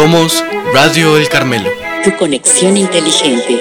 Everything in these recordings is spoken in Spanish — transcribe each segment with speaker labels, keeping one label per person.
Speaker 1: Somos Radio El Carmelo.
Speaker 2: Tu conexión inteligente.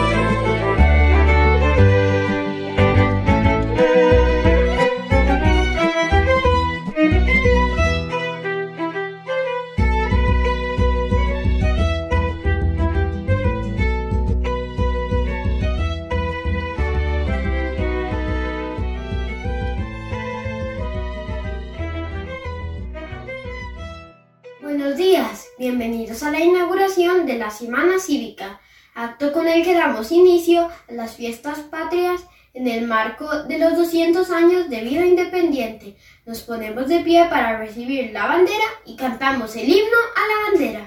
Speaker 3: Buenos días, bienvenidos a la inauguración de la Semana Cívica, acto con el que damos inicio a las fiestas patrias en el marco de los 200 años de vida independiente. Nos ponemos de pie para recibir la bandera y cantamos el himno a la bandera.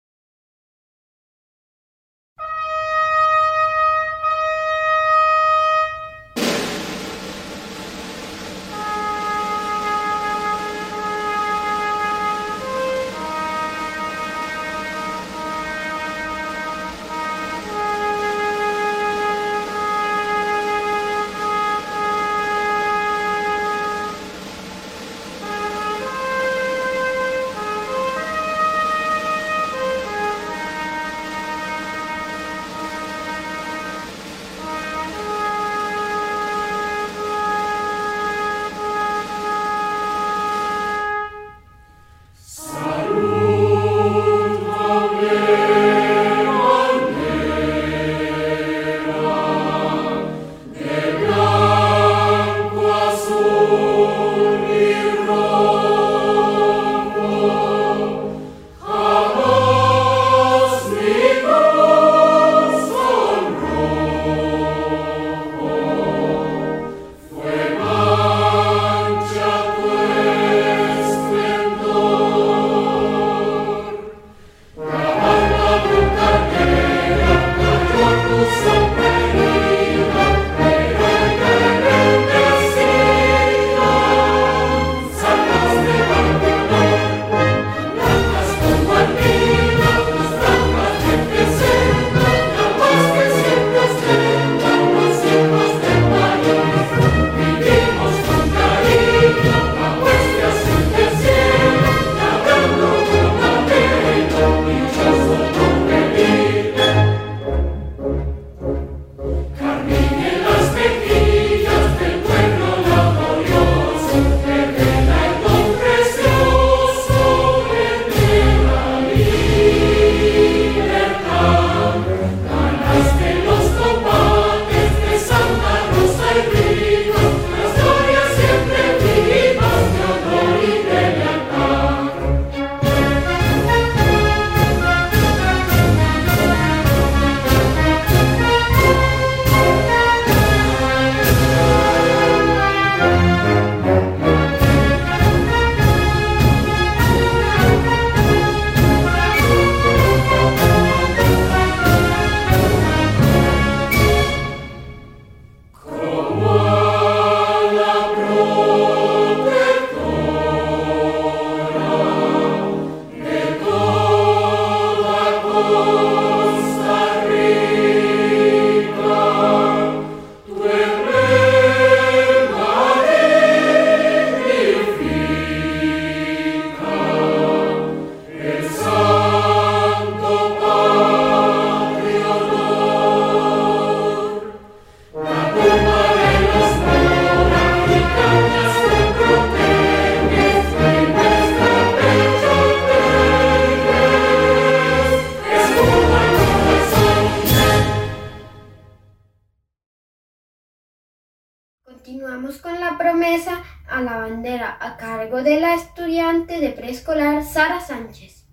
Speaker 3: Continuamos con la promesa a la bandera a cargo de la estudiante de preescolar Sara Sánchez.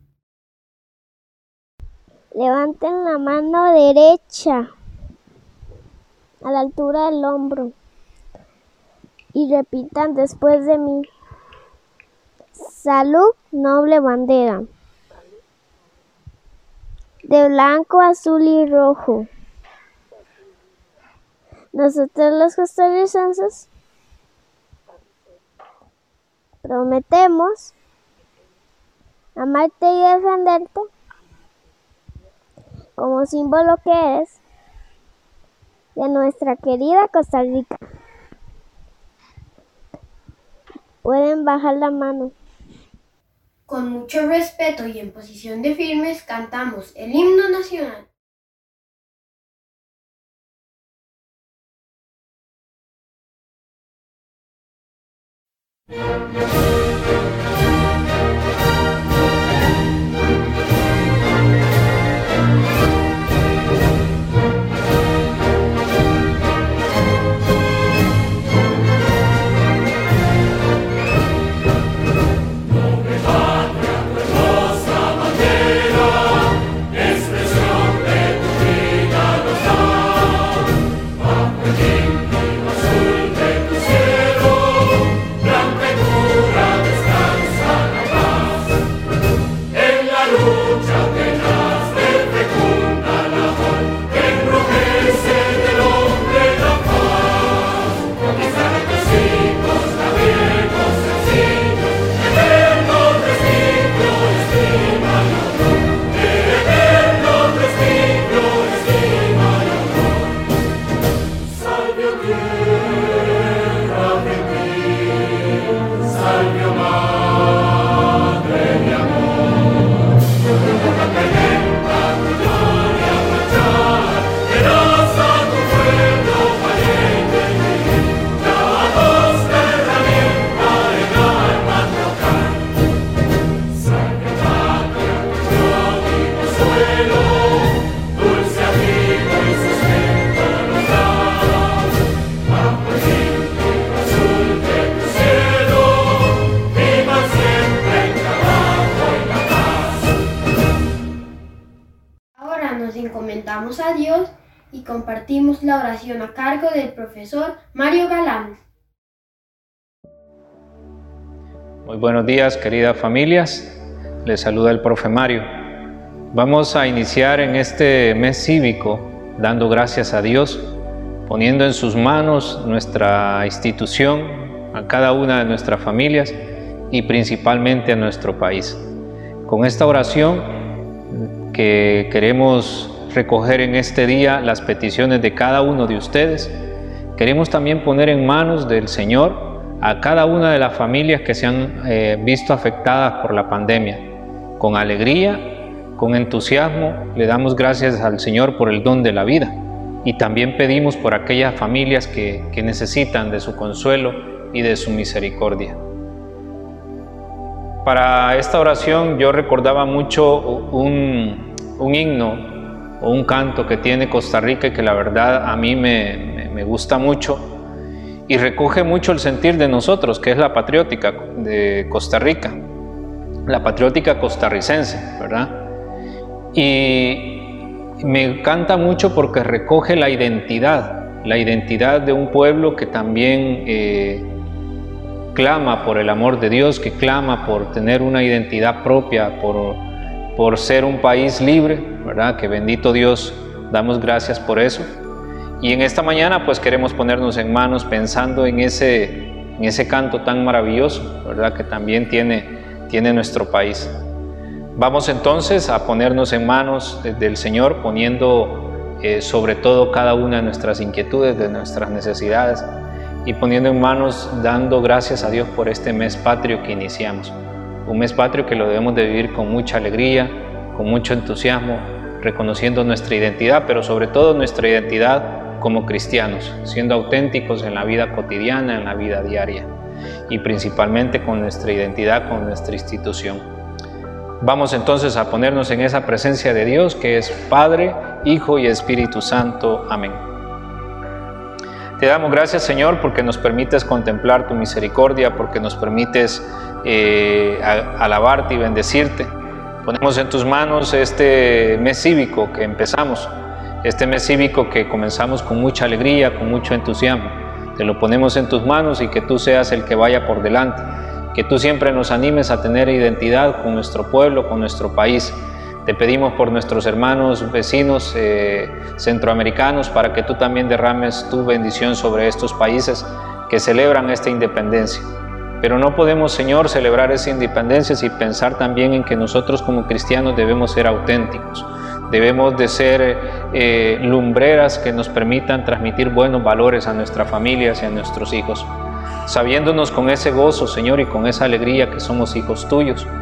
Speaker 4: Levanten la mano derecha a la altura del hombro y repitan después de mí. Salud, noble bandera, de blanco, azul y rojo. Nosotros los costarricenses prometemos amarte y defenderte como símbolo que eres de nuestra querida Costa Rica. Pueden bajar la mano.
Speaker 3: Con mucho respeto y en posición de firmes cantamos el himno nacional. Nos encomendamos a Dios y compartimos la oración a cargo del profesor Mario Galán.
Speaker 5: Muy buenos días, queridas familias. Les saluda el profe Mario. Vamos a iniciar en este mes cívico dando gracias a Dios, poniendo en sus manos nuestra institución, a cada una de nuestras familias y principalmente a nuestro país. Con esta oración que queremos recoger en este día las peticiones de cada uno de ustedes, queremos también poner en manos del Señor a cada una de las familias que se han visto afectadas por la pandemia. Con alegría, con entusiasmo, le damos gracias al Señor por el don de la vida y también pedimos por aquellas familias que necesitan de su consuelo y de su misericordia. Para esta oración yo recordaba mucho un himno o un canto que tiene Costa Rica y que la verdad a mí me gusta mucho y recoge mucho el sentir de nosotros, que es la patriótica de Costa Rica, la patriótica costarricense, ¿verdad? Y me encanta mucho porque recoge la identidad de un pueblo que también clama por el amor de Dios, que clama por tener una identidad propia, por ser un país libre, ¿verdad? Que bendito Dios, damos gracias por eso. Y en esta mañana pues queremos ponernos en manos pensando en ese canto tan maravilloso, ¿verdad? Que también tiene nuestro país. Vamos entonces a ponernos en manos del Señor, poniendo sobre todo cada una de nuestras inquietudes, de nuestras necesidades, y poniendo en manos, dando gracias a Dios por este mes patrio que iniciamos. Un mes patrio que lo debemos de vivir con mucha alegría, con mucho entusiasmo, reconociendo nuestra identidad, pero sobre todo nuestra identidad como cristianos, siendo auténticos en la vida cotidiana, en la vida diaria, y principalmente con nuestra identidad, con nuestra institución. Vamos entonces a ponernos en esa presencia de Dios que es Padre, Hijo y Espíritu Santo. Amén. Te damos gracias, Señor, porque nos permites contemplar tu misericordia, porque nos permites alabarte y bendecirte. Ponemos en tus manos este mes cívico que empezamos, este mes cívico que comenzamos con mucha alegría, con mucho entusiasmo. Te lo ponemos en tus manos y que tú seas el que vaya por delante, que tú siempre nos animes a tener identidad con nuestro pueblo, con nuestro país. Te pedimos por nuestros hermanos vecinos centroamericanos para que tú también derrames tu bendición sobre estos países que celebran esta independencia. Pero no podemos, Señor, celebrar esa independencia sin pensar también en que nosotros como cristianos debemos ser auténticos. Debemos de ser lumbreras que nos permitan transmitir buenos valores a nuestras familias y a nuestros hijos, sabiéndonos con ese gozo, Señor, y con esa alegría que somos hijos tuyos.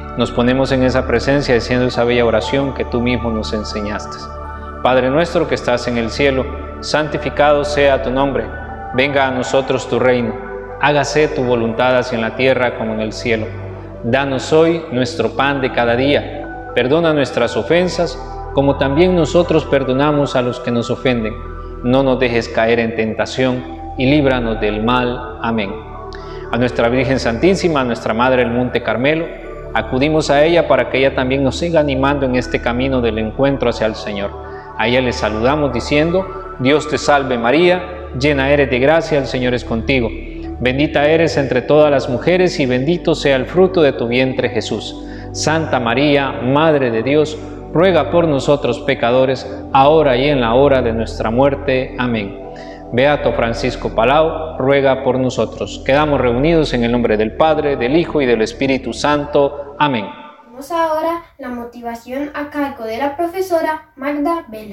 Speaker 5: Nos ponemos en esa presencia diciendo esa bella oración que tú mismo nos enseñaste. Padre nuestro que estás en el cielo, santificado sea tu nombre. Venga a nosotros tu reino. Hágase tu voluntad así en la tierra como en el cielo. Danos hoy nuestro pan de cada día. Perdona nuestras ofensas, como también nosotros perdonamos a los que nos ofenden. No nos dejes caer en tentación y líbranos del mal. Amén. A nuestra Virgen Santísima, a nuestra Madre del Monte Carmelo, acudimos a ella para que ella también nos siga animando en este camino del encuentro hacia el Señor. A ella le saludamos diciendo: Dios te salve María, llena eres de gracia, el Señor es contigo. Bendita eres entre todas las mujeres y bendito sea el fruto de tu vientre Jesús. Santa María, Madre de Dios, ruega por nosotros pecadores, ahora y en la hora de nuestra muerte. Amén. Beato Francisco Palau, ruega por nosotros. Quedamos reunidos en el nombre del Padre, del Hijo y del Espíritu Santo. Amén.
Speaker 3: Vamos ahora la motivación a cargo de la profesora Magda Vela.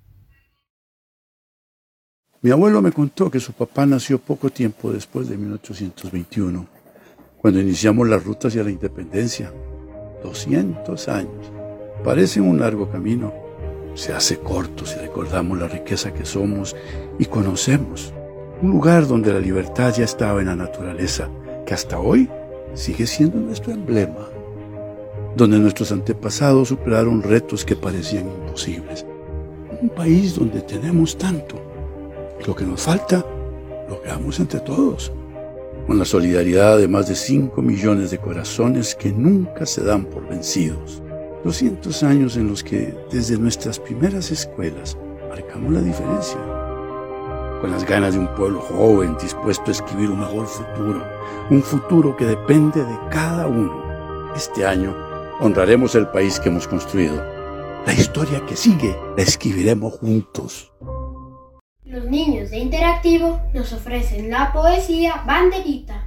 Speaker 6: Mi abuelo me contó que su papá nació poco tiempo después de 1821, cuando iniciamos la ruta hacia la independencia. 200 años. Parece un largo camino. Se hace corto si recordamos la riqueza que somos y conocemos. Un lugar donde la libertad ya estaba en la naturaleza, que hasta hoy sigue siendo nuestro emblema. Donde nuestros antepasados superaron retos que parecían imposibles. Un país donde tenemos tanto. Lo que nos falta, lo creamos entre todos, con la solidaridad de más de 5 millones de corazones que nunca se dan por vencidos. 200 años en los que, desde nuestras primeras escuelas, marcamos la diferencia. Con las ganas de un pueblo joven dispuesto a escribir un mejor futuro, un futuro que depende de cada uno. Este año honraremos el país que hemos construido. La historia que sigue la escribiremos juntos.
Speaker 3: Los niños de Interactivo nos ofrecen la poesía Banderita.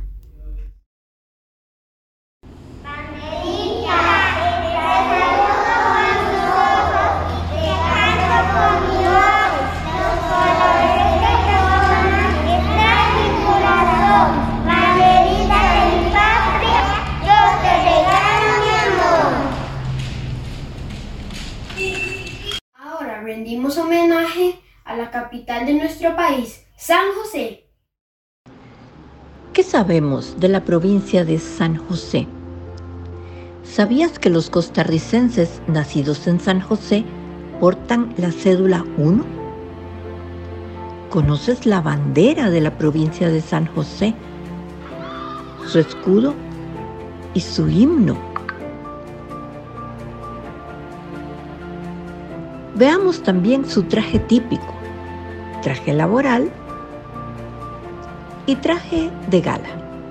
Speaker 3: Ahora rendimos homenaje a la capital de nuestro país, San José.
Speaker 7: ¿Qué sabemos de la provincia de San José? ¿Sabías que los costarricenses nacidos en San José portan la cédula 1? ¿Conoces la bandera de la provincia de San José, su escudo y su himno? Veamos también su traje típico, traje laboral y traje de gala.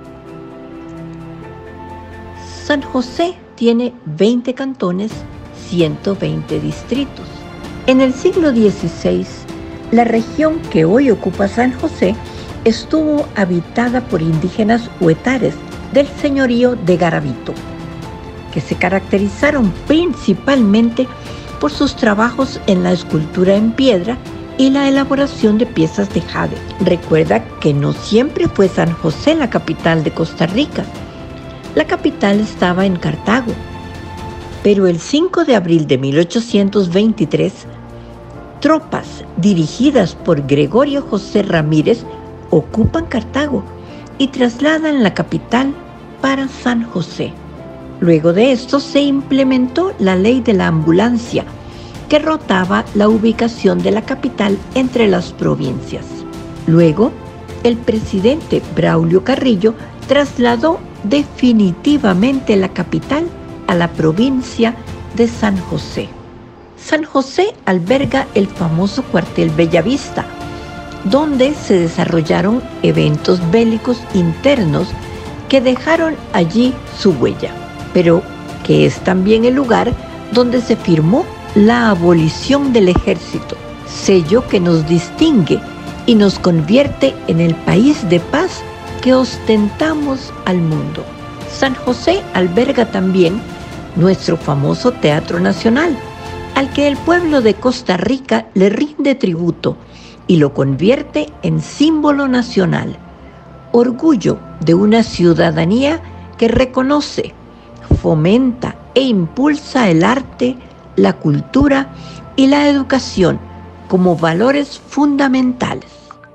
Speaker 7: San José tiene 20 cantones, 120 distritos. En el siglo XVI, la región que hoy ocupa San José estuvo habitada por indígenas huetares del señorío de Garavito, que se caracterizaron principalmente por sus trabajos en la escultura en piedra y la elaboración de piezas de jade. Recuerda que no siempre fue San José la capital de Costa Rica. La capital estaba en Cartago, pero el 5 de abril de 1823, tropas dirigidas por Gregorio José Ramírez ocupan Cartago y trasladan la capital para San José. Luego de esto se implementó la ley de la ambulancia, que rotaba la ubicación de la capital entre las provincias. Luego, el presidente Braulio Carrillo trasladó definitivamente la capital a la provincia de San José. San José alberga el famoso cuartel Bellavista, donde se desarrollaron eventos bélicos internos que dejaron allí su huella, pero que es también el lugar donde se firmó la abolición del ejército, sello que nos distingue y nos convierte en el país de paz que ostentamos al mundo. San José alberga también nuestro famoso Teatro Nacional, al que el pueblo de Costa Rica le rinde tributo y lo convierte en símbolo nacional, orgullo de una ciudadanía que reconoce fomenta e impulsa el arte, la cultura y la educación como valores fundamentales.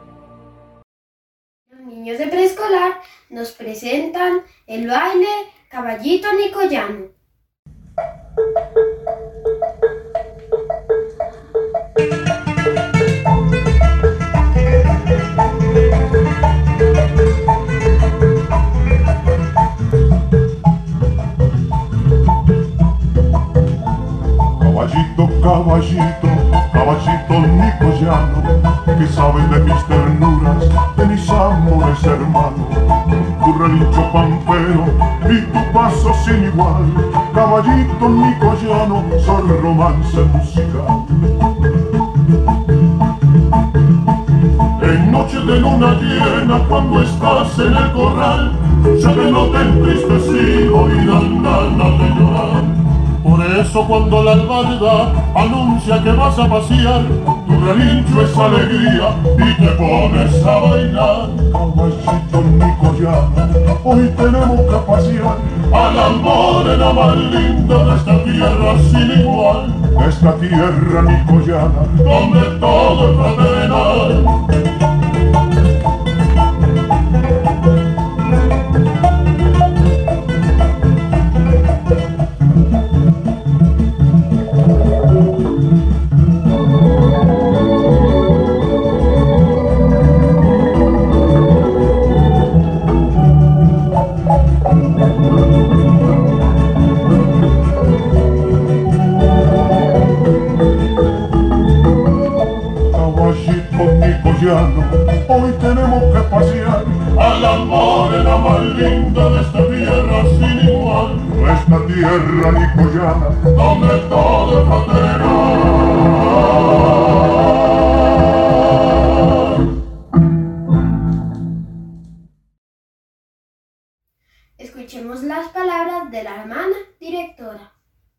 Speaker 3: Los niños de preescolar nos presentan el baile Caballito Nicoyano.
Speaker 8: Caballito, caballito, caballito nicoyano, que sabe de mis ternuras, de mis amores hermanos. Tu relincho pampero y tu paso sin igual, caballito nicoyano, son romance musical. En noche de luna llena, cuando estás en el corral, se te nota entristecido y dan ganas de llorar. Por eso cuando la albarda anuncia que vas a pasear, tu relincho es alegría y te pones a bailar. Caballito nicoyano, hoy tenemos que pasear a la morena más linda de esta tierra sin igual. Esta tierra nicoyana, donde todo es fraternal. Hoy tenemos que pasear a la morena más linda de esta tierra sin igual. Nuestra tierra nicoyana, donde todo es fraternal.
Speaker 3: Escuchemos las palabras de la hermana directora.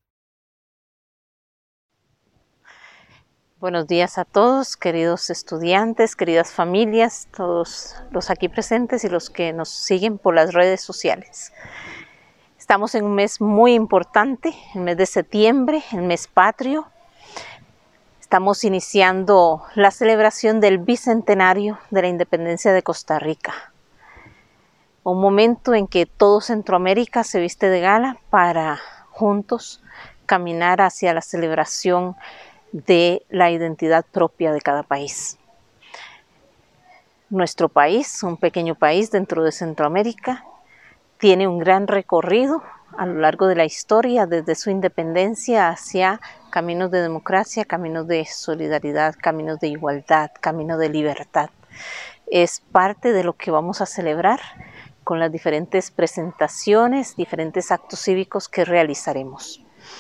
Speaker 9: Buenos días a todos, queridos estudiantes, queridas familias, todos los aquí presentes y los que nos siguen por las redes sociales. Estamos en un mes muy importante, el mes de septiembre, el mes patrio. Estamos iniciando la celebración del bicentenario de la independencia de Costa Rica. Un momento en que todo Centroamérica se viste de gala para juntos caminar hacia la celebración de la identidad propia de cada país. Nuestro país, un pequeño país dentro de Centroamérica, tiene un gran recorrido a lo largo de la historia, desde su independencia hacia caminos de democracia, caminos de solidaridad, caminos de igualdad, caminos de libertad. Es parte de lo que vamos a celebrar con las diferentes presentaciones, diferentes actos cívicos que realizaremos.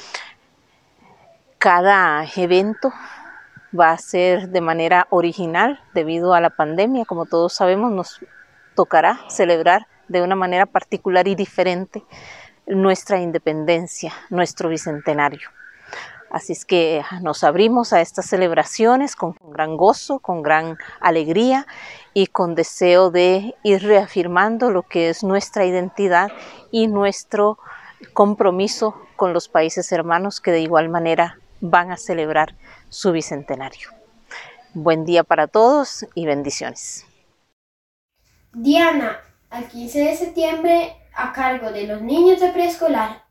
Speaker 9: Cada evento va a ser de manera original debido a la pandemia. Como todos sabemos, nos tocará celebrar de una manera particular y diferente nuestra independencia, nuestro bicentenario. Así es que nos abrimos a estas celebraciones con gran gozo, con gran alegría y con deseo de ir reafirmando lo que es nuestra identidad y nuestro compromiso con los países hermanos que de igual manera van a celebrar su bicentenario. Buen día para todos y bendiciones.
Speaker 3: Diana, al 15 de septiembre, a cargo de los niños de preescolar.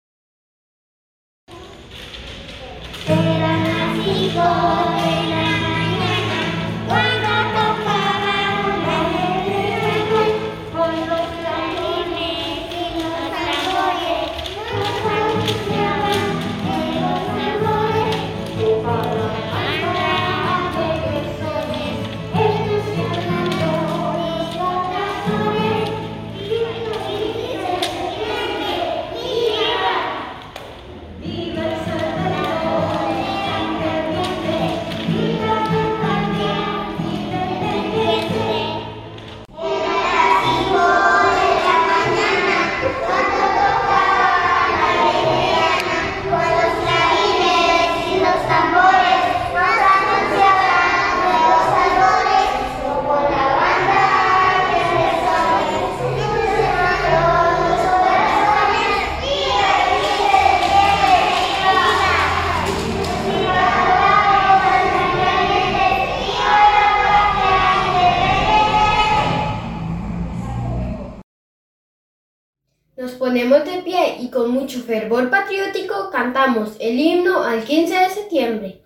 Speaker 4: Eran las 5 de la mañana cuando tocaban las redes con los clarines y los tambores, nos anunciaban que los amores para cantar aquellos sones, ilusionando mis corazones. ¡Viva! ¡Viva El Salvador!
Speaker 3: ponemos de pie y con mucho fervor patriótico cantamos el himno al 15 de septiembre.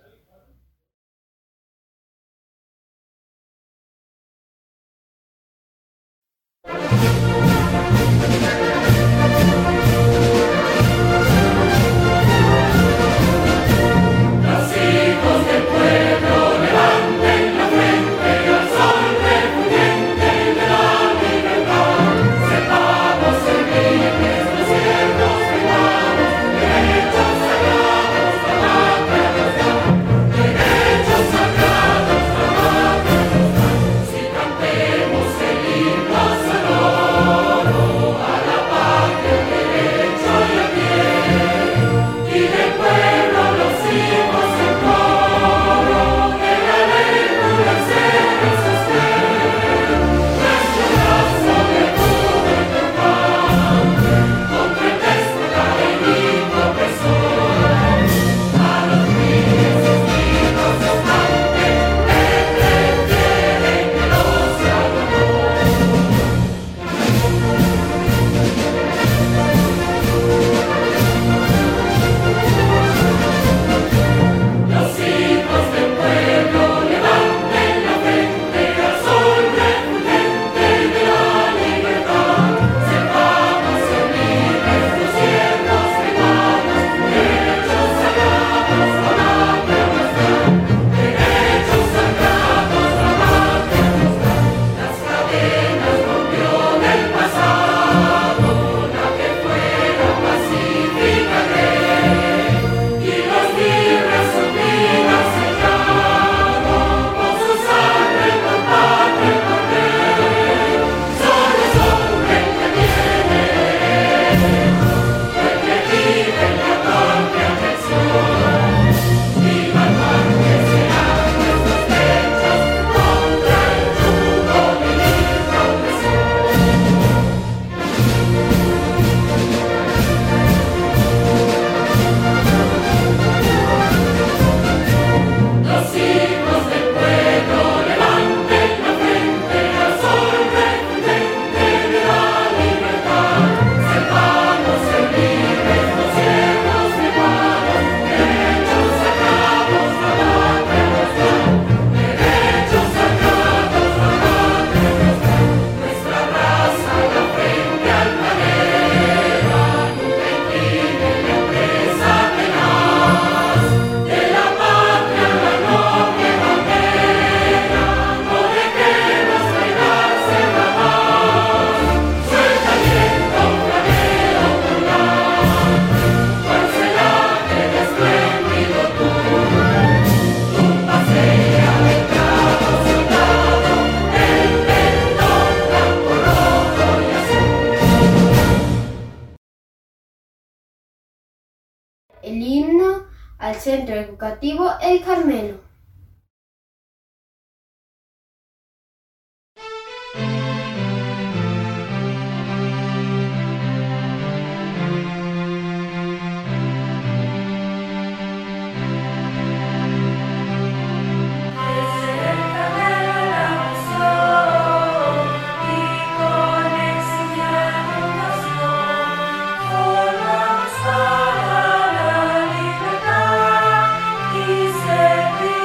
Speaker 3: El himno al Centro Educativo El Carmelo.
Speaker 10: Servir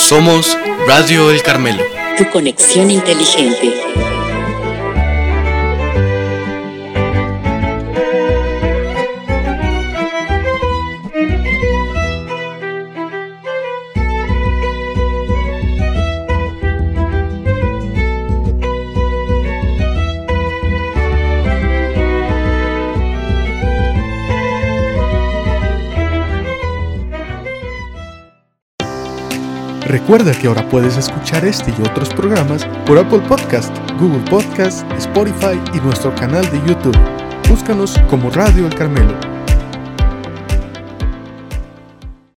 Speaker 1: Somos Radio El Carmelo.
Speaker 2: Tu conexión inteligente.
Speaker 10: Recuerda que ahora puedes escuchar este y otros programas por Apple Podcast, Google Podcast, Spotify y nuestro canal de YouTube. Búscanos como Radio El Carmelo.